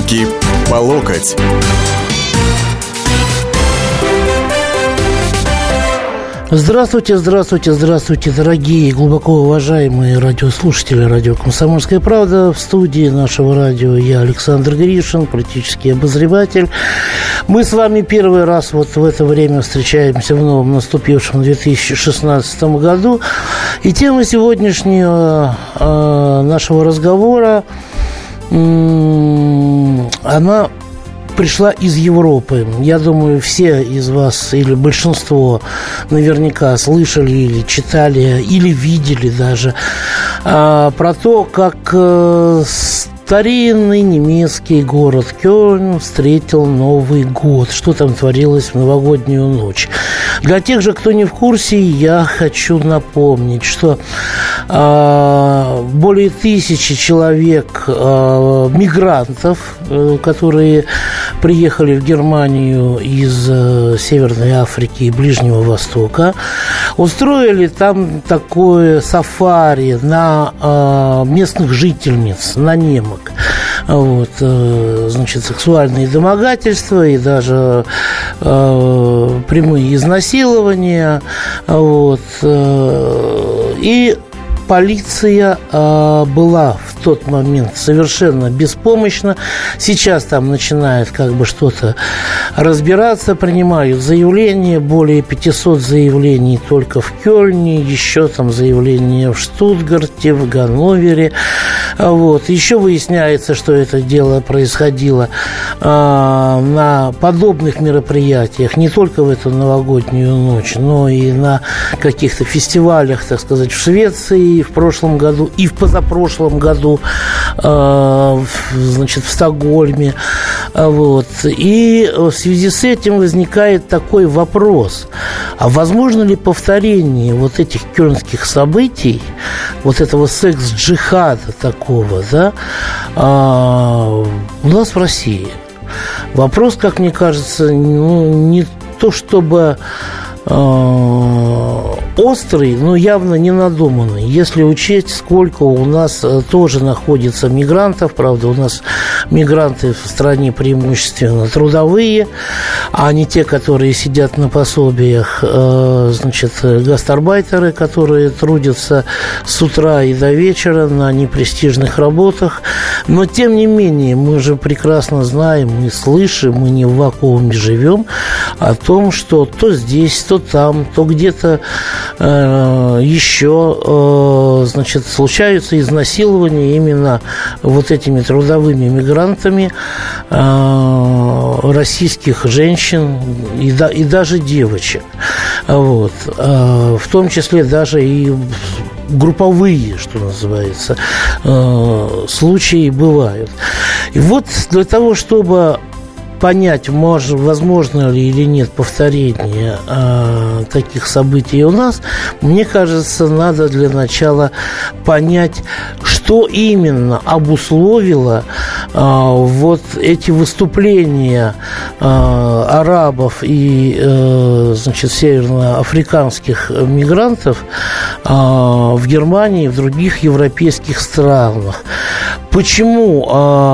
Руки по локоть. Здравствуйте, здравствуйте, здравствуйте, дорогие и глубоко уважаемые радиослушатели радио «Комсомольская правда». В студии нашего радио я, Александр Гришин, политический обозреватель. Мы с вами первый раз вот в это время встречаемся в новом наступившем 2016 году. И тема сегодняшнего нашего разговора, она пришла из Европы. Я думаю, все из вас или большинство наверняка слышали или читали, или видели даже про то, как старинный немецкий город Кёльн встретил Новый год. Что там творилось в новогоднюю ночь? Для тех же, кто не в курсе, я хочу напомнить, что более 1000 человек, мигрантов, которые приехали в Германию из Северной Африки и Ближнего Востока, устроили там такое сафари на местных жительниц, на немок. Вот, значит, сексуальные домогательства и даже прямые изнасилования. Вот, и полиция была в тот момент совершенно беспомощна. Сейчас там начинает как бы что-то разбираться, принимают заявления, более 500 заявлений только в Кёльне, еще там заявления в Штутгарте, в Ганновере. Вот. Еще выясняется, что это дело происходило на подобных мероприятиях не только в эту новогоднюю ночь, но и на каких-то фестивалях, так сказать, в Швеции в прошлом году и в позапрошлом году, значит, в Стокгольме. Вот. И в связи с этим возникает такой вопрос: а возможно ли повторение вот этих кёльнских событий, вот этого секс-джихада такого, да, у нас в России? Вопрос, как мне кажется, не то чтобы острый, но явно не надуманный. Если учесть, сколько у нас тоже находится мигрантов, правда, у нас мигранты в стране преимущественно трудовые, а не те, которые сидят на пособиях, значит, гастарбайтеры, которые трудятся с утра и до вечера на непрестижных работах. Но, тем не менее, мы же прекрасно знаем, мы слышим, мы не в вакууме живем, о том, что то здесь, то там, то где-то еще, значит, случаются изнасилования именно вот этими трудовыми мигрантами российских женщин и даже девочек. Вот. В том числе даже и групповые, что называется, случаи бывают. И вот для того, чтобы понять, возможно ли или нет повторение таких событий у нас, мне кажется, надо для начала понять, что именно обусловило вот эти выступления арабов и, значит, северноафриканских мигрантов в Германии и в других европейских странах. Почему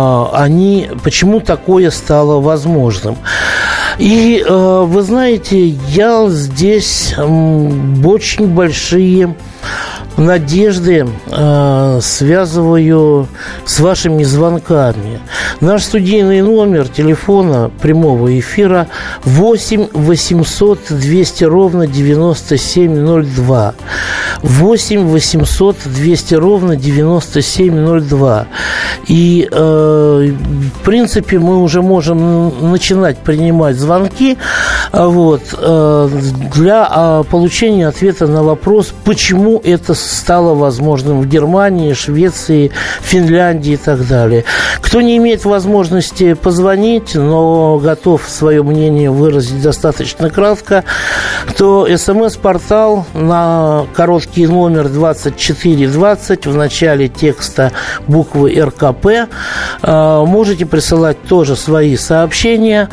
такое стало возможным? И, вы знаете, я здесь очень большие надежды связываю с вашими звонками. Наш студийный номер телефона прямого эфира 8 800 200 ровно 9702. 8 800 200 ровно 9702. И, в принципе, мы уже можем начинать принимать звонки вот, для получения ответа на вопрос, почему это стало возможным в Германии, Швеции, Финляндии и так далее. Кто не имеет возможности позвонить, но готов свое мнение выразить достаточно кратко, то СМС-портал на короткий номер 2420 в начале текста буквы РКП. Можете присылать тоже свои сообщения.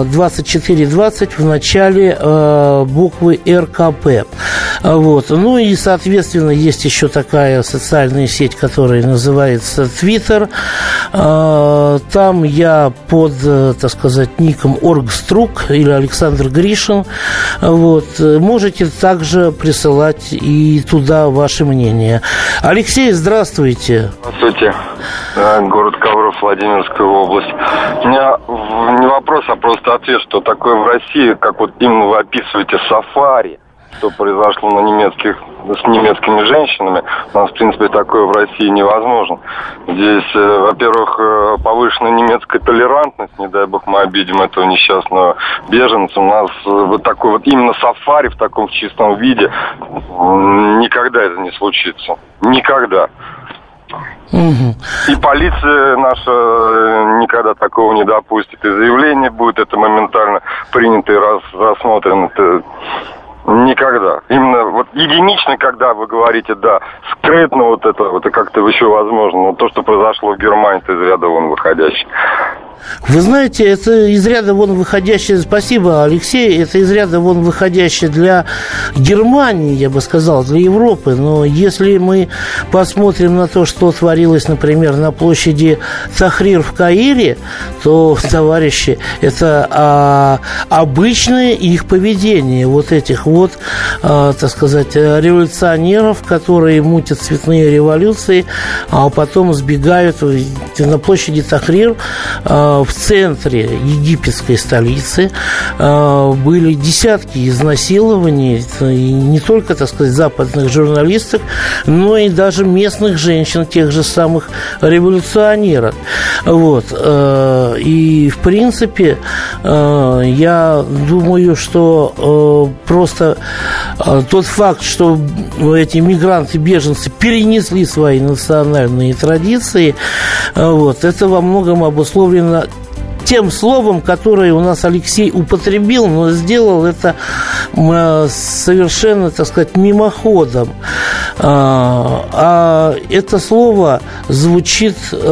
2420 в начале буквы РКП. Вот. Ну и соответственно, есть еще такая социальная сеть, которая называется Twitter. Там я под, так сказать, ником Оргструк или Александр Гришин. Вот. Можете также присылать и туда ваше мнение. Алексей, здравствуйте. Здравствуйте. Город Ковров, Владимирская область. У меня не вопрос, а просто ответ, что такое в России, как вот именно вы описываете сафари, что произошло с немецкими женщинами. У нас, в принципе, такое в России невозможно. Здесь, во-первых, повышенная немецкая толерантность, не дай бог мы обидим этого несчастного беженца. У нас вот такой вот именно сафари в таком чистом виде никогда это не случится. Никогда. И полиция наша никогда такого не допустит. И заявление будет это моментально принято и рассмотрено. Это никогда. Именно вот единично, когда вы говорите, да, скрытно вот это как-то еще возможно. Но то, что произошло в Германии, это из ряда вон выходящее. Вы знаете, это из ряда вон выходящее, спасибо, Алексей, это из ряда вон выходящее для Германии, я бы сказал, для Европы. Но если мы посмотрим на то, что творилось, например, на площади Тахрир в Каире, то, товарищи, это обычное их поведение, вот этих вот, так сказать, революционеров, которые мутят цветные революции, а потом сбегают на площади Тахрир. В центре египетской столицы были десятки изнасилований, и не только, так сказать, западных журналисток, но и даже местных женщин, тех же самых революционеров. Вот. И, в принципе, я думаю, что просто тот факт, что эти мигранты, беженцы перенесли свои национальные традиции, вот, это во многом обусловлено тем словом, которое у нас Алексей употребил, но сделал это совершенно, так сказать, мимоходом. А это слово звучит,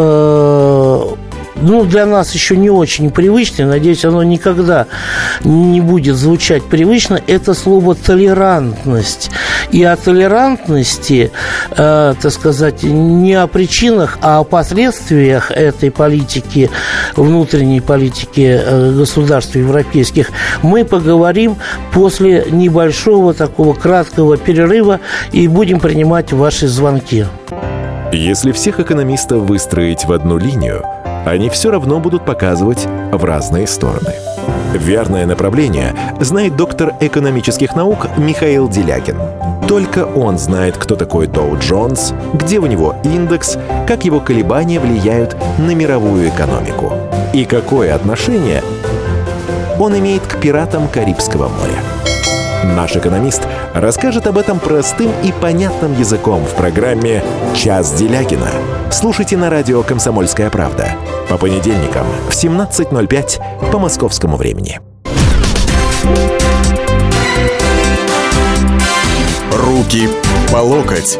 для нас еще не очень привычно, надеюсь, оно никогда не будет звучать привычно, это слово «толерантность». И о толерантности, так сказать, не о причинах, а о последствиях этой политики, внутренней политики государств европейских, мы поговорим после небольшого такого краткого перерыва и будем принимать ваши звонки. Если всех экономистов выстроить в одну линию, они все равно будут показывать в разные стороны. Верное направление знает доктор экономических наук Михаил Делягин. Только он знает, кто такой Доу Джонс, где у него индекс, как его колебания влияют на мировую экономику и какое отношение он имеет к пиратам Карибского моря. Наш экономист расскажет об этом простым и понятным языком в программе «Час Делягина». Слушайте на радио «Комсомольская правда» по понедельникам в 17:05 по московскому времени. Руки по локоть.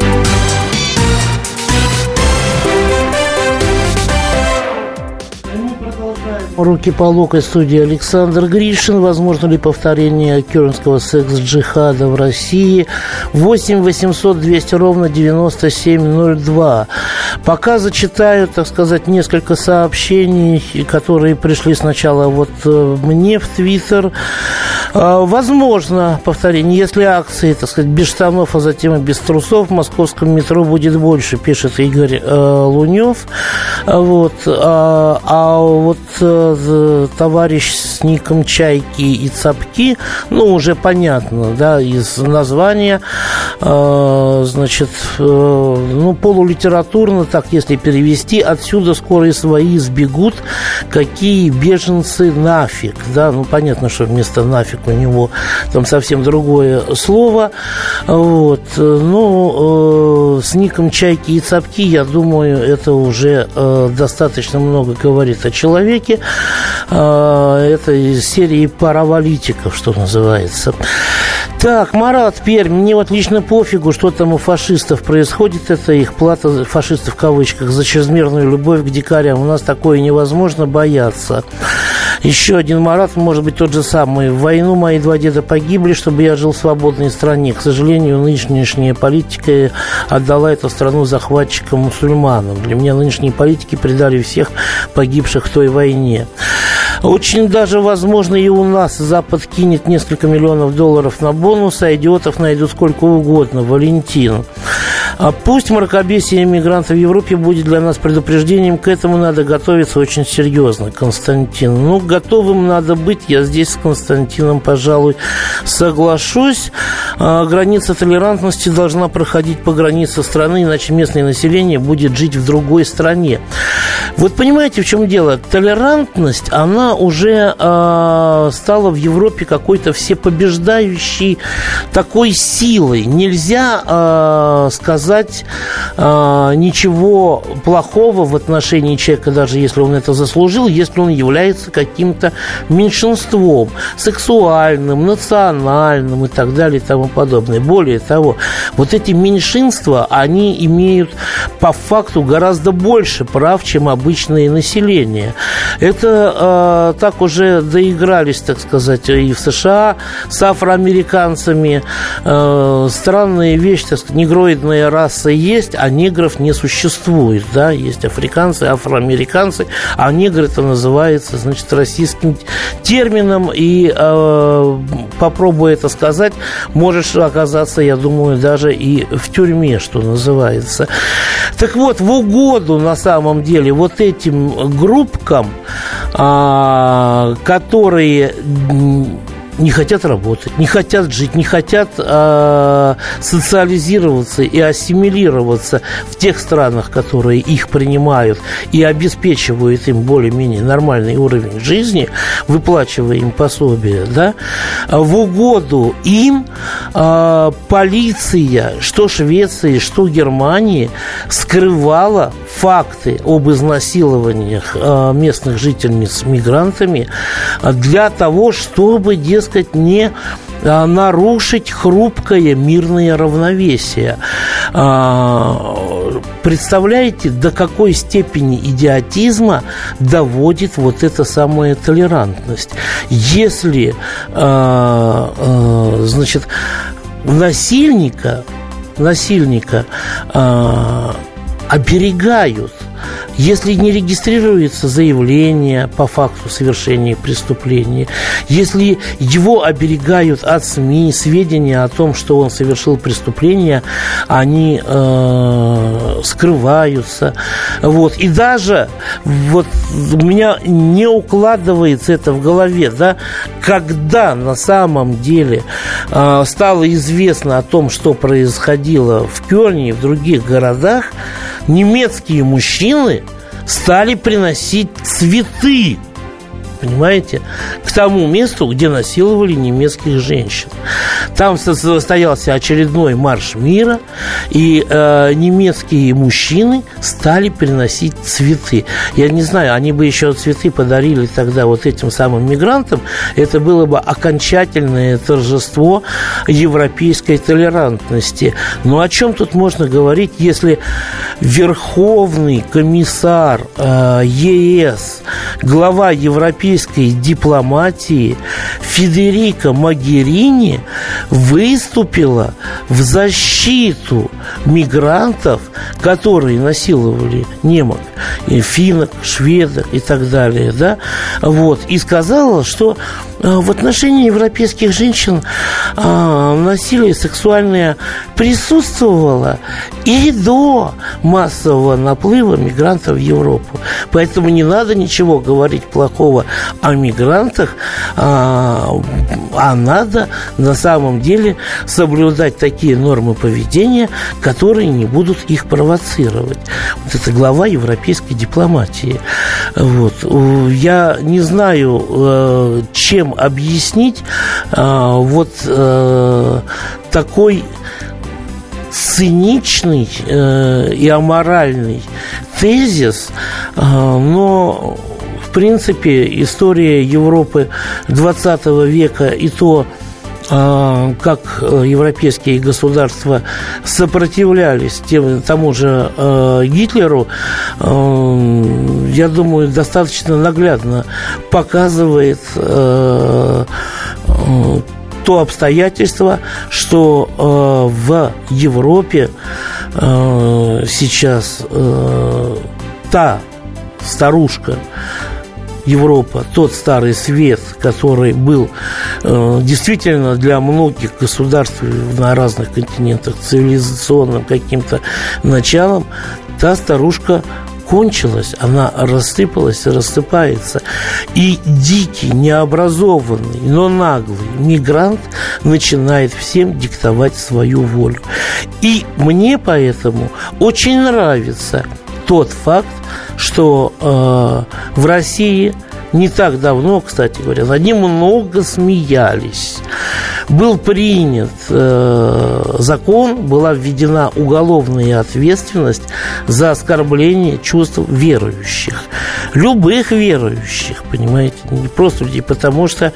Руки по локоть, студии Александр Гришин. Возможно ли повторение кёльнского секс-джихада в России? 8 800 200 ровно 9702. Пока зачитаю, так сказать, несколько сообщений, которые пришли сначала вот мне в Твиттер. Возможно повторение, если акции, так сказать, без штанов, а затем и без трусов в московском метро будет больше, пишет Игорь Лунев. Вот. Вот товарищ с ником Чайки и Цапки, уже понятно, да, из названия, значит, полулитературно, так если перевести, отсюда скоро и свои сбегут, какие беженцы нафиг, да, понятно, что вместо нафиг у него там совсем другое слово, вот, с ником Чайки и Цапки, я думаю, это уже достаточно много говорит о человеке. Это из серии паравалитиков, что называется. Так, Марат, Пермь, мне вот лично пофигу, что там у фашистов происходит. Это их плата, фашистов в кавычках, за чрезмерную любовь к дикарям. У нас такое невозможно бояться. Еще один Марат, может быть, тот же самый. В войну мои 2 деда погибли, чтобы я жил в свободной стране. К сожалению, нынешняя политика отдала эту страну захватчикам-мусульманам. Для меня нынешние политики предали всех погибших в той войне. Очень даже возможно и у нас Запад кинет несколько миллионов долларов на бонусы, а идиотов найдут сколько угодно. Валентин. А пусть мракобесие иммигрантов в Европе будет для нас предупреждением, к этому надо готовиться очень серьезно, Константин. Ну, готовым надо быть, я здесь с Константином, пожалуй, соглашусь. Граница толерантности должна проходить по границе страны, иначе местное население будет жить в другой стране. Вот понимаете, в чем дело? Толерантность, она уже стала в Европе какой-то всепобеждающей такой силой. Нельзя сказать ничего плохого в отношении человека, даже если он это заслужил, если он является каким-то меньшинством, сексуальным, национальным и так далее и тому подобное. Более того, вот эти меньшинства, они имеют по факту гораздо больше прав, чем обычное население. Это так уже доигрались, так сказать, и в США с афроамериканцами. Странная вещь, так сказать, негроидная раса есть, а негров не существует. Да? Есть африканцы, афроамериканцы, а негр это называется, значит, российским термином. И попробуй это сказать, можешь оказаться, я думаю, даже и в тюрьме, что называется. Так вот, в угоду на самом деле вот этим группкам, которые не хотят работать, не хотят жить, не хотят социализироваться и ассимилироваться в тех странах, которые их принимают и обеспечивают им более-менее нормальный уровень жизни, выплачивая им пособие, да, в угоду им полиция, что Швеции, что Германии, скрывала факты об изнасилованиях местных жительниц мигрантами для того, чтобы, дескать, не нарушить хрупкое мирное равновесие. Представляете, до какой степени идиотизма доводит вот эта самая толерантность? Если, значит, насильника оберегают, если не регистрируется заявление по факту совершения преступления, если его оберегают от СМИ, сведения о том, что он совершил преступление, они скрываются. Вот. И даже вот у меня не укладывается это в голове, да, когда на самом деле стало известно о том, что происходило в Кёльне и в других городах, немецкие мужчины стали приносить цветы, понимаете, к тому месту, где насиловали немецких женщин. Там состоялся очередной марш мира, и немецкие мужчины стали приносить цветы. Я не знаю, они бы еще цветы подарили тогда вот этим самым мигрантам. Это было бы окончательное торжество европейской толерантности. Но о чем тут можно говорить, если Верховный комиссар ЕС, глава европейской дипломатии Федерика Могерини выступила в защиту мигрантов, которые насиловали немок, финнок, шведок и так далее, да? Вот. И сказала, что в отношении европейских женщин насилие сексуальное присутствовало и до массового наплыва мигрантов в Европу. Поэтому не надо ничего говорить плохого о мигрантах, а надо на самом деле соблюдать такие нормы поведения, которые не будут их провоцировать. Вот это глава европейской дипломатии. Вот. Я не знаю, чем объяснить вот такой циничный и аморальный тезис, но в принципе история Европы 20 века и то, как европейские государства сопротивлялись тому же Гитлеру, я думаю, достаточно наглядно показывает то обстоятельство, что в Европе сейчас та старушка Европа, тот старый свет, который был действительно для многих государств на разных континентах цивилизационным каким-то началом, та старушка кончилась, она рассыпалась и рассыпается. И дикий, необразованный, но наглый мигрант начинает всем диктовать свою волю. И мне поэтому очень нравится тот факт, что в России не так давно, кстати говоря, над ним много смеялись. Был принят закон, была введена уголовная ответственность за оскорбление чувств верующих. Любых верующих, понимаете, не просто людей, потому что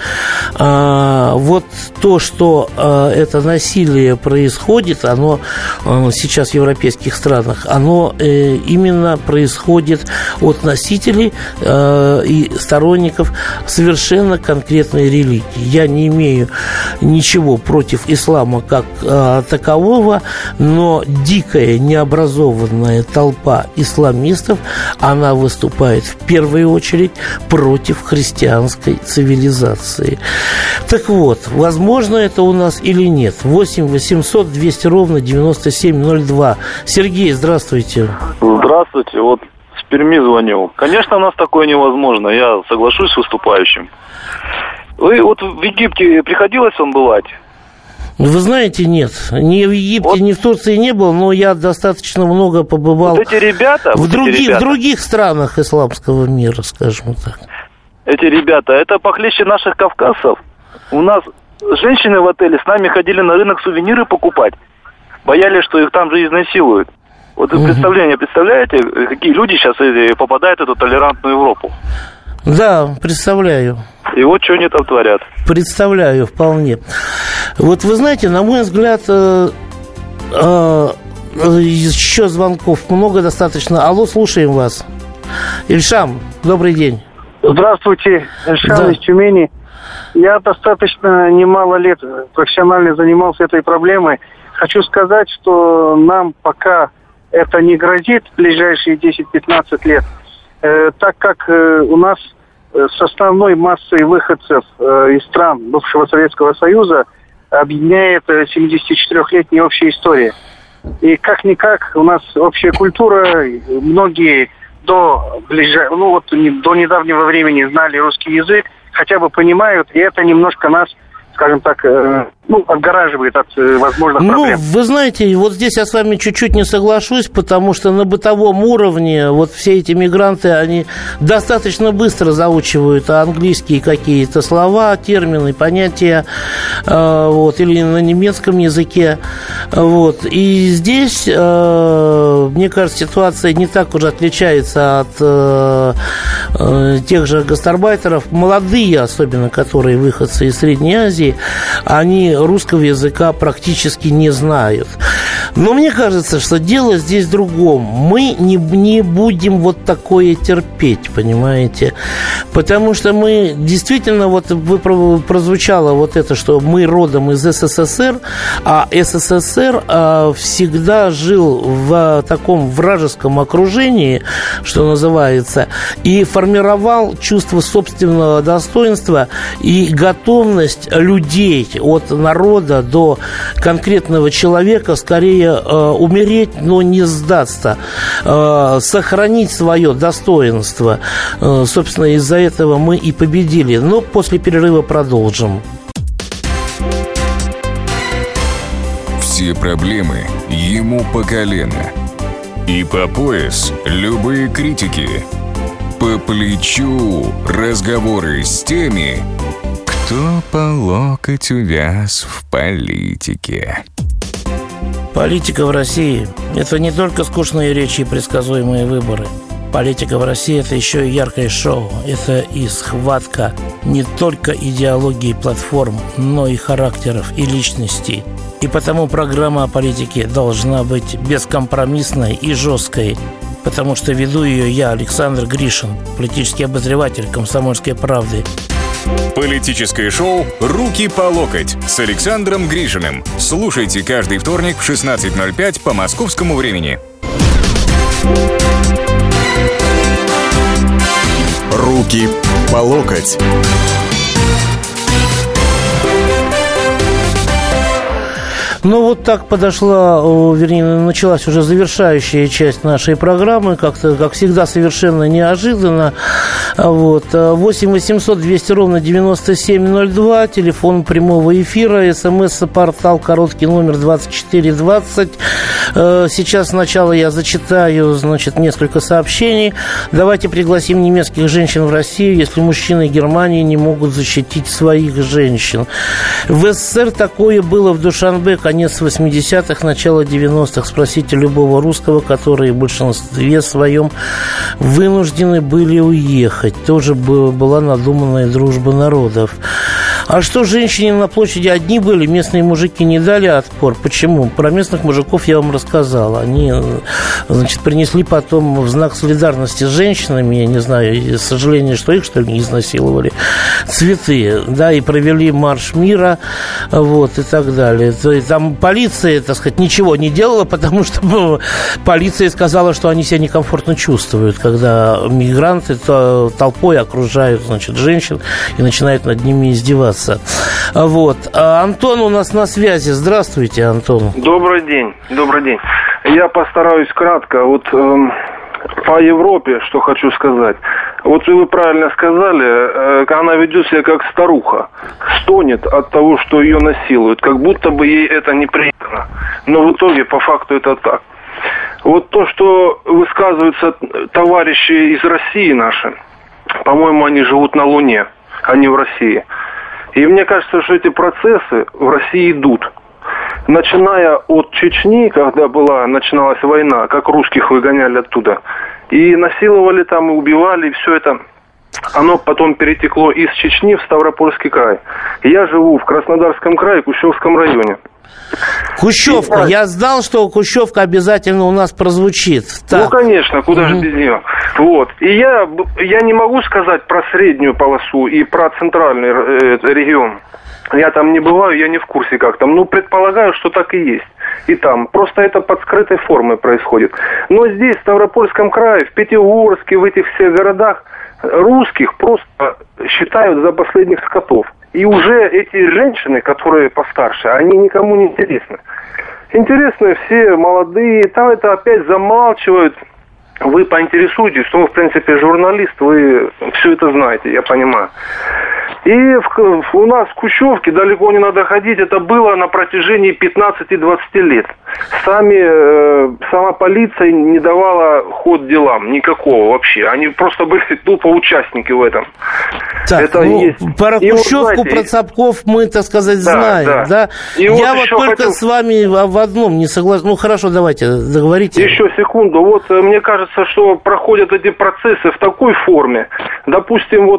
вот то, что это насилие происходит, оно сейчас в европейских странах, оно именно происходит от носителей и сторонников совершенно конкретной религии. Я не имею ничего против ислама как такового, но дикая, необразованная толпа исламистов, она выступает в первую очередь против христианской цивилизации. Так вот, возможно это у нас или нет? 8 800 200 ровно 9702. Сергей, здравствуйте. Здравствуйте, вот с Перми звонил. Конечно, у нас такое невозможно, я соглашусь с выступающим. Вы вот в Египте приходилось вам бывать? Вы знаете, нет. Ни в Египте, вот, ни в Турции не был, но я достаточно много побывал вот эти ребята, в других странах исламского мира, скажем так. Эти ребята, это похлеще наших кавказцев. У нас женщины в отеле с нами ходили на рынок сувениры покупать. Боялись, что их там же изнасилуют. Вот вы представляете, какие люди сейчас попадают в эту толерантную Европу? Да, представляю. И вот что они там творят. Представляю, вполне. Вот вы знаете, на мой взгляд, еще звонков много достаточно. Алло, слушаем вас. Ильшам, добрый день. Здравствуйте, Ильшам из Тюмени. Я достаточно немало лет профессионально занимался этой проблемой. Хочу сказать, что нам пока это не грозит в ближайшие 10-15 лет, так как у нас с основной массой выходцев из стран бывшего Советского Союза объединяет 74-летняя общая история. И как-никак у нас общая культура, многие до недавнего времени знали русский язык, хотя бы понимают, и это немножко нас, скажем так, отгораживает от возможных проблем. Вы знаете, вот здесь я с вами чуть-чуть не соглашусь, потому что на бытовом уровне вот все эти мигранты, они достаточно быстро заучивают английские какие-то слова, термины, понятия, или на немецком языке. И здесь, мне кажется, ситуация не так уже отличается от тех же гастарбайтеров. Молодые, особенно, которые выходцы из Средней Азии, они русского языка практически не знают. Но мне кажется, что дело здесь в другом. Мы не будем вот такое терпеть, понимаете? Потому что мы действительно, прозвучало вот это, что мы родом из СССР, а СССР всегда жил в таком вражеском окружении, что называется, и формировал чувство собственного достоинства и готовность людей от народа до конкретного человека скорее умереть, но не сдаться, сохранить свое достоинство. Собственно, из-за этого мы и победили. Но после перерыва продолжим. Все проблемы ему по колено. И по пояс любые критики. По плечу разговоры с теми, кто по локоть увяз в политике. Политика в России – это не только скучные речи и предсказуемые выборы. Политика в России – это еще и яркое шоу. Это и схватка не только идеологии платформ, но и характеров, и личностей. И потому программа о политике должна быть бескомпромиссной и жесткой. Потому что веду ее я, Александр Гришин, политический обозреватель «Комсомольской правды». Политическое шоу «Руки по локоть» с Александром Гришиным. Слушайте каждый вторник в 16:05 по московскому времени. Руки по локоть. Ну, вот так началась уже завершающая часть нашей программы, как-то, как всегда, совершенно неожиданно. 8 800 200 ровно 9702, телефон прямого эфира, СМС-портал, короткий номер 2420. Сейчас сначала я зачитаю, несколько сообщений. Давайте пригласим немецких женщин в Россию, если мужчины Германии не могут защитить своих женщин. В СССР такое было в Душанбе, конец 80-х, начало 90-х. Спросите любого русского, которые в большинстве своем вынуждены были уехать. Тоже была надуманная дружба народов. А что, женщины на площади одни были? Местные мужики не дали отпор. Почему? Про местных мужиков я вам рассказал. Они, принесли потом в знак солидарности с женщинами, я не знаю, сожаление, что их, что ли, не изнасиловали, цветы, да, и провели марш мира, и так далее. Там полиция, ничего не делала, потому что полиция сказала, что они себя некомфортно чувствуют, когда мигранты толпой окружают, женщин и начинают над ними издеваться. А Антон у нас на связи. Здравствуйте, Антон. Добрый день. Я постараюсь кратко. По Европе, что хочу сказать. Вы правильно сказали, она ведет себя как старуха. Стонет от того, что ее насилуют. Как будто бы ей это неприятно. Но в итоге, по факту, это так. То, что высказываются товарищи из России наши, по-моему, они живут на Луне, а не в России. И мне кажется, что эти процессы в России идут. Начиная от Чечни, когда начиналась война, как русских выгоняли оттуда, и насиловали там, и убивали, и все это, оно потом перетекло из Чечни в Ставропольский край. Я живу в Краснодарском крае, Кущевском районе. Кущевка. Я знал, что Кущевка обязательно у нас прозвучит. Так. Конечно, куда же без нее. И я не могу сказать про среднюю полосу и про центральный регион. Я там не бываю, я не в курсе, как там. Предполагаю, что так и есть. И там. Просто это под скрытой формой происходит. Но здесь, в Ставропольском крае, в Пятигорске, в этих всех городах, русских просто считают за последних скотов. И уже эти женщины, которые постарше, они никому не интересны. Интересны все молодые, там это опять замалчивают. Вы поинтересуетесь, что вы, в принципе, журналист, вы все это знаете, я понимаю. И у нас в Кущевке далеко не надо ходить, это было на протяжении 15-20 лет. Сама полиция не давала ход делам, никакого вообще. Они просто были тупо участники в этом. Так, это есть. Про Кущевку, про Цапков мы, так сказать, знаем. Да? Я только с вами в одном не согласен. Хорошо, давайте, договорите. Еще секунду. Мне кажется, что проходят эти процессы в такой форме. Допустим,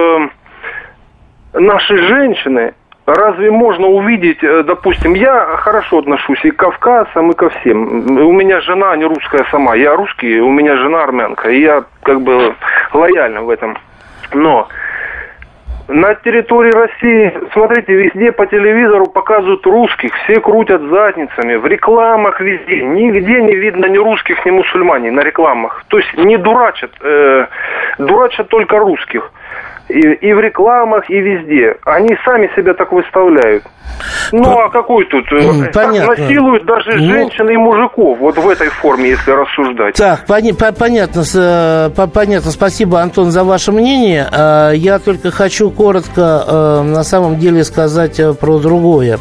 наши женщины, разве можно увидеть, допустим, я хорошо отношусь и к кавказцам, и ко всем. У меня жена не русская сама, я русский, у меня жена армянка, и я лояльна в этом. Но на территории России, смотрите, везде по телевизору показывают русских, все крутят задницами, в рекламах везде, нигде не видно ни русских, ни мусульман на рекламах. То есть не дурачат, дурачат только русских. И в рекламах, и везде. Они сами себя так выставляют. А какой тут? Насилуют даже женщин и мужиков. В этой форме, если рассуждать. Так, понятно. Спасибо, Антон, за ваше мнение. Я только хочу коротко, на самом деле, сказать про другое.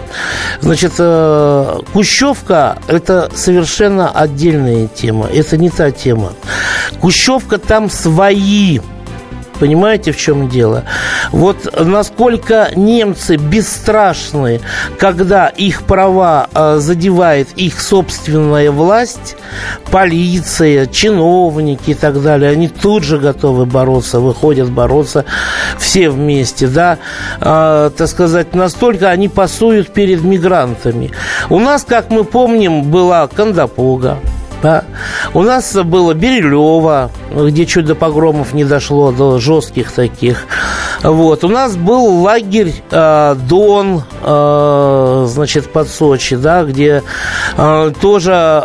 Кущевка – это совершенно отдельная тема. Это не та тема. Кущевка там свои. Понимаете, в чем дело? Вот насколько немцы бесстрашны, когда их права задевает их собственная власть, полиция, чиновники и так далее, они тут же готовы бороться, выходят бороться все вместе, да, так сказать, настолько они пасуют перед мигрантами. У нас, как мы помним, была Кандапога. Да. У нас было Берилево, где чуть до погромов не дошло, до жестких таких. Вот. У нас был лагерь Дон, значит, под Сочи, да, где тоже,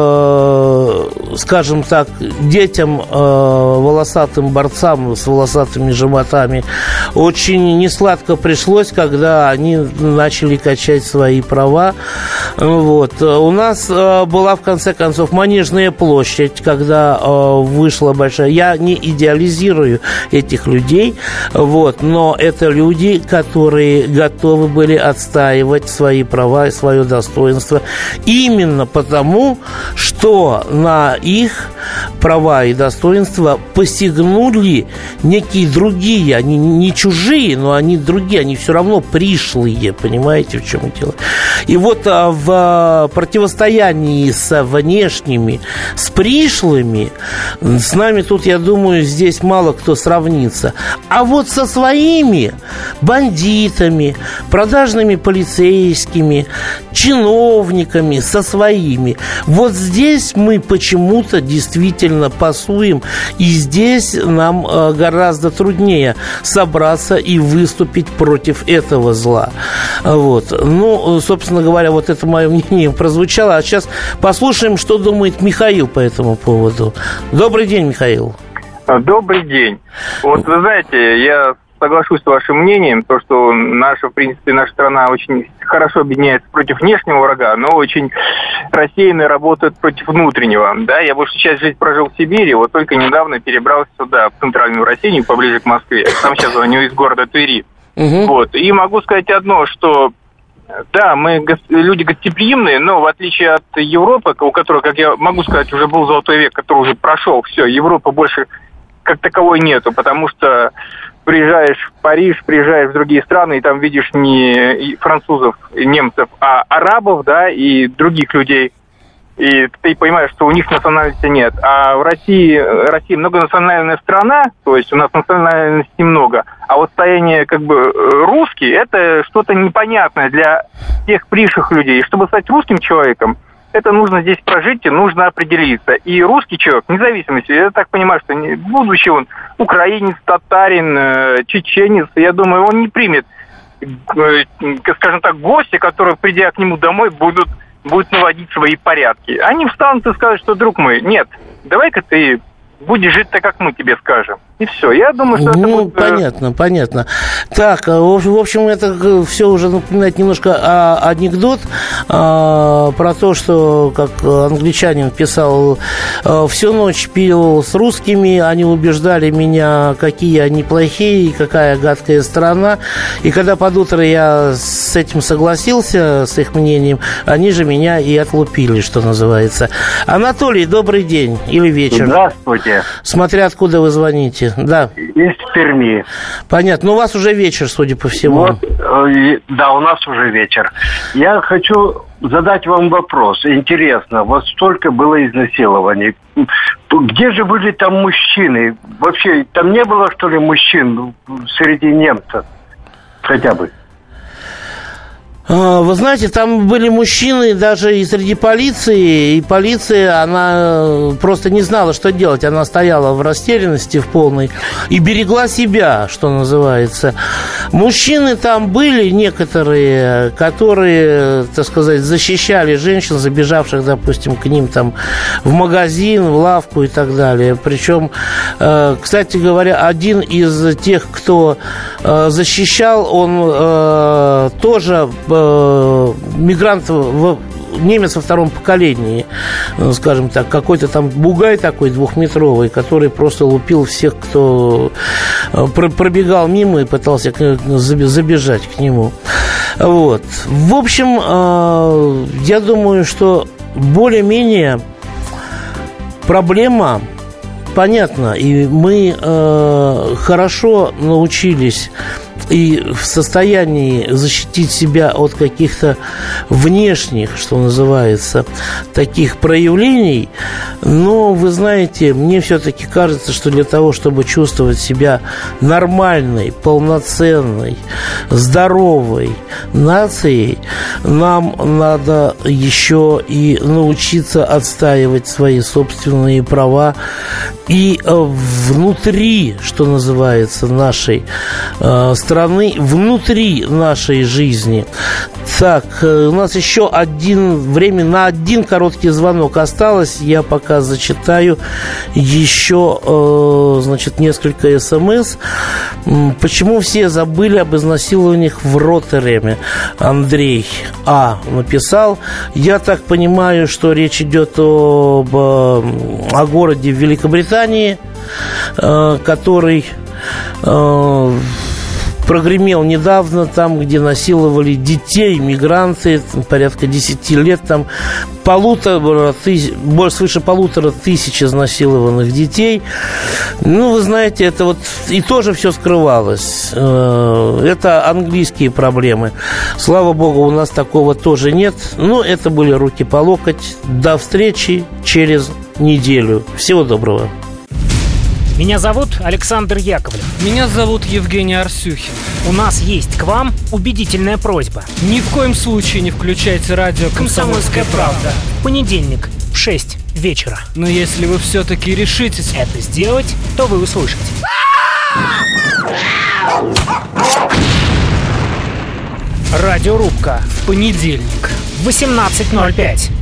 скажем так, детям, волосатым борцам с волосатыми животами очень несладко пришлось, когда они начали качать свои права. Вот. У нас была, в конце концов, Манежная площадь, когда вышла большая... Я не идеализирую этих людей, вот, но это люди, которые готовы были отстаивать свои права и свое достоинство именно потому, что на их права и достоинства посягнули некие другие, они не чужие, но они другие, они все равно пришлые, понимаете, в чем дело. И вот в противостоянии с внешними, с пришлыми, с нами тут, я думаю, здесь мало кто сравнится. А вот со своими бандитами, продажными полицейскими, чиновниками, со своими, вот здесь мы почему-то действительно пасуем, и здесь нам гораздо труднее собраться и выступить против этого зла. Вот. Ну, собственно говоря, вот это мое мнение прозвучало. А сейчас послушаем, что думает Михаил по этому поводу. Добрый день, Михаил. Добрый день. Вот вы знаете, я соглашусь с вашим мнением, то, что наша, в принципе, наша страна очень хорошо объединяется против внешнего врага, но очень рассеянно работает против внутреннего. Да, я большую часть жизни прожил в Сибири, вот только недавно перебрался сюда, в центральную Россию, поближе к Москве. Сам сейчас звоню из города Твери. Вот. И могу сказать одно, что да, мы люди гостеприимные, но в отличие от Европы, у которой, как я могу сказать, уже был золотой век, который уже прошел, все, Европы больше как таковой нету, потому что приезжаешь в Париж, приезжаешь в другие страны, и там видишь не французов, немцев, а арабов, да, и других людей. И ты понимаешь, что у них национальности нет. А в Россия многонациональная страна, то есть у нас национальностей много. А вот состояние как бы русский, это что-то непонятное для тех пришлых людей. И чтобы стать русским человеком, это нужно здесь прожить и нужно определиться. И русский человек, вне зависимости, я так понимаю, что будучи он украинец, татарин, чеченец, я думаю, он не примет, скажем так, гостя, которые, придя к нему домой, будет наводить свои порядки. Они встанут и скажут, что, друг мой, нет, давай-ка ты будешь жить так, как мы тебе скажем. И все. Я думаю, что это будет... Понятно. Так, в общем, это все уже напоминает немножко анекдот про то, что, как англичанин писал, всю ночь пил с русскими, они убеждали меня, какие они плохие, какая гадкая страна. И когда под утро я с этим согласился, с их мнением, они же меня и отлупили, что называется. Анатолий, добрый день или вечер. Здравствуйте. Смотря откуда вы звоните. Да. Из Перми. Понятно. Но у вас уже вечер, судя по всему. Вот, да, у нас уже вечер. Я хочу задать вам вопрос. Интересно, вот столько было изнасилований. Где же были там мужчины? Вообще, там не было, что ли, мужчин среди немцев? Хотя бы. Вы знаете, там были мужчины даже и среди полиции, и полиция, она просто не знала, что делать. Она стояла в растерянности в полной и берегла себя, что называется. Мужчины там были некоторые, которые, так сказать, защищали женщин, забежавших, допустим, к ним там в магазин, в лавку и так далее. Причем, кстати говоря, один из тех, кто защищал, он тоже мигрант, немец во втором поколении, скажем так, какой-то там бугай такой двухметровый, который просто лупил всех, кто пробегал мимо и пытался забежать к нему. Вот. В общем, я думаю, что более-менее проблема понятно, и мы хорошо научились и в состоянии защитить себя от каких-то внешних, что называется, таких проявлений. Но, вы знаете, мне все-таки кажется, что для того, чтобы чувствовать себя нормальной, полноценной, здоровой нацией, нам надо еще и научиться отстаивать свои собственные права и внутри, что называется, нашей страны, внутри нашей жизни. Так, у нас еще время на один короткий звонок осталось. Я пока зачитаю еще, значит, несколько СМС. Почему все забыли об изнасилованиях в Роттердаме? Андрей А. написал. Я так понимаю, что речь идет о городе в Великобритании, который прогремел недавно, там, где насиловали детей, мигранты, порядка 10 лет, там свыше 1500 изнасилованных детей. Ну, вы знаете, это вот и тоже все скрывалось. Это английские проблемы. Слава богу, у нас такого тоже нет. Но это были руки по локоть. До встречи через неделю. Всего доброго. Меня зовут Александр Яковлев. Меня зовут Евгений Арсюхин. У нас есть к вам убедительная просьба. Ни в коем случае не включайте радио «Комсомольская правда». В понедельник в 6 вечера. Но если вы все-таки решитесь это сделать, то вы услышите. Радиорубка. В понедельник. В 18:05.